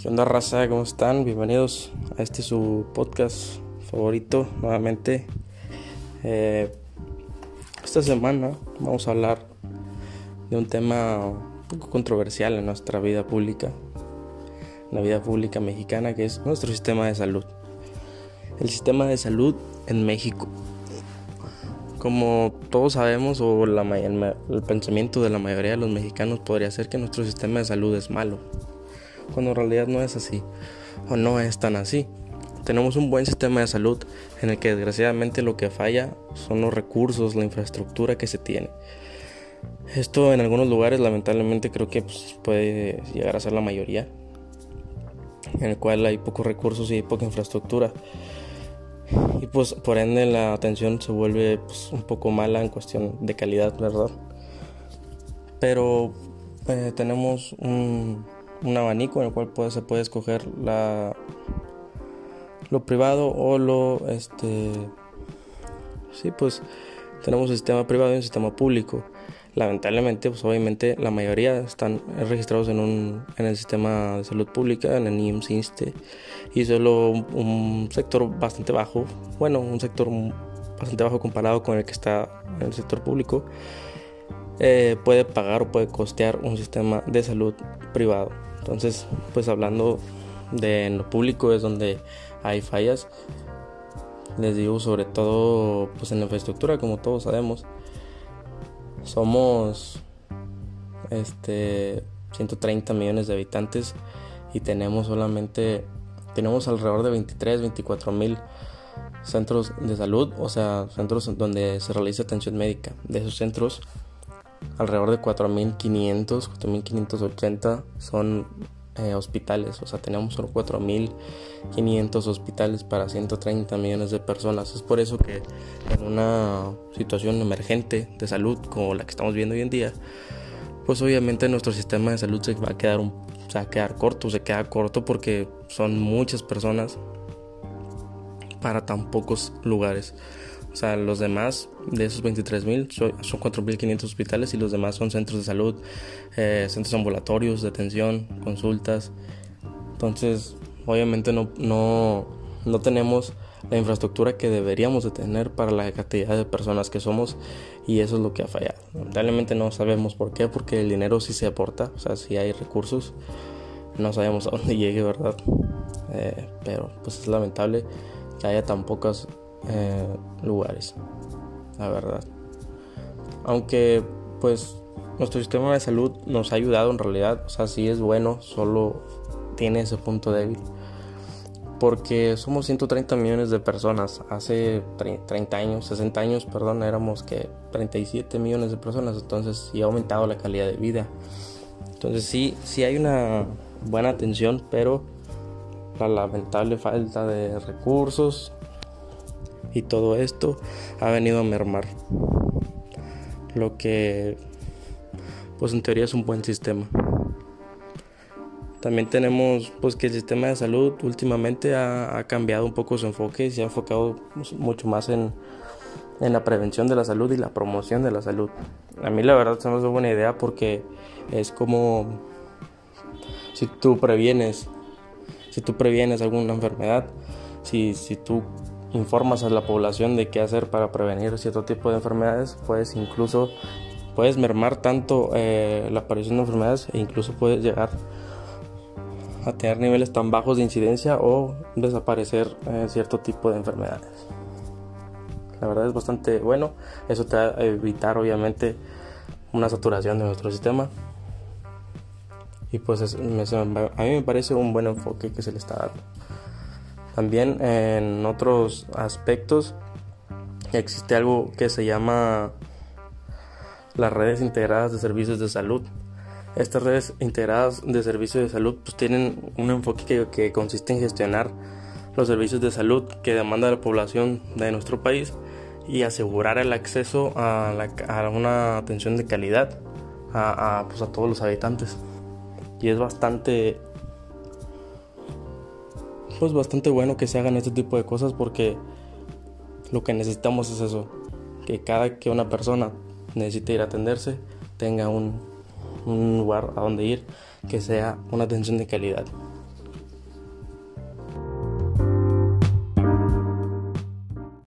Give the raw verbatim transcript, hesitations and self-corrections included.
¿Qué onda, raza? ¿Cómo están? Bienvenidos a este su podcast favorito nuevamente. Eh, esta semana vamos a hablar de un tema un poco controversial en nuestra vida pública, en la vida pública mexicana, que es nuestro sistema de salud. El sistema de salud en México. Como todos sabemos, o la, el, el pensamiento de la mayoría de los mexicanos podría ser que nuestro sistema de salud es malo, cuando en realidad no es así, o no es tan así. Tenemos un buen sistema de salud en el que desgraciadamente lo que falla son los recursos, la infraestructura que se tiene. Esto en algunos lugares lamentablemente creo que pues, puede llegar a ser la mayoría, en el cual hay pocos recursos y hay poca infraestructura. Y pues por ende la atención se vuelve pues, un poco mala en cuestión de calidad, ¿verdad? Pero eh, tenemos un, un abanico en el cual puede, se puede escoger la, lo privado o lo este sí pues tenemos un sistema privado y un sistema público. Lamentablemente pues obviamente la mayoría están registrados en un en el sistema de salud pública, en el I M S S, ISSSTE, y solo un, un sector bastante bajo, bueno un sector bastante bajo comparado con el que está en el sector público, eh, puede pagar o puede costear un sistema de salud privado. Entonces pues hablando de en lo público es donde hay fallas, les digo, sobre todo pues en la infraestructura, como todos sabemos. Somos este ciento treinta millones de habitantes y tenemos solamente tenemos alrededor de veintitrés, veinticuatro mil centros de salud, o sea, centros donde se realiza atención médica. De esos centros, alrededor de cuatro mil quinientos, cuatro mil quinientos ochenta son eh, hospitales, o sea, tenemos solo cuatro mil quinientos hospitales para ciento treinta millones de personas. Es por eso que en una situación emergente de salud como la que estamos viendo hoy en día, pues obviamente nuestro sistema de salud se va a quedar un, se va a quedar corto, se queda corto porque son muchas personas para tan pocos lugares. O sea, los demás de esos veintitrés mil son cuatro mil quinientos hospitales y los demás son centros de salud, eh, centros ambulatorios de atención, consultas. Entonces, obviamente no, no, no tenemos la infraestructura que deberíamos de tener para la cantidad de personas que somos, y eso es lo que ha fallado. Lamentablemente no sabemos por qué, porque el dinero sí se aporta, o sea, sí hay recursos, no sabemos a dónde llegue, ¿verdad? Eh, pero pues es lamentable que haya tan pocos eh, lugares, la verdad. Aunque pues nuestro sistema de salud nos ha ayudado en realidad, o sea, sí es bueno, solo tiene ese punto débil, porque somos ciento treinta millones de personas. Hace treinta años, sesenta años, perdón, éramos que treinta y siete millones de personas. Entonces sí ha aumentado la calidad de vida. Entonces sí, sí hay una buena atención, pero la lamentable falta de recursos y todo esto ha venido a mermar lo que pues en teoría es un buen sistema. También tenemos pues que el sistema de salud últimamente ha, ha cambiado un poco su enfoque y se ha enfocado mucho más en, en la prevención de la salud y la promoción de la salud. A mí la verdad se me hace buena idea, porque es como si tú previenes si tú previenes alguna enfermedad, si, si tú informas a la población de qué hacer para prevenir cierto tipo de enfermedades, puedes incluso puedes mermar tanto eh, la aparición de enfermedades, e incluso puedes llegar a tener niveles tan bajos de incidencia o desaparecer eh, cierto tipo de enfermedades. La verdad es bastante bueno. Eso te va a evitar obviamente una saturación de nuestro sistema, y pues es, me, a mí me parece un buen enfoque que se le está dando. También en otros aspectos existe algo que se llama las redes integradas de servicios de salud. Estas redes integradas de servicios de salud pues tienen un enfoque que, que consiste en gestionar los servicios de salud que demanda la población de nuestro país y asegurar el acceso a, la, a una atención de calidad a, a, pues a todos los habitantes. Y es bastante pues bastante bueno que se hagan este tipo de cosas, porque lo que necesitamos es eso, que cada que una persona necesite ir a atenderse tenga un, un lugar a donde ir, que sea una atención de calidad.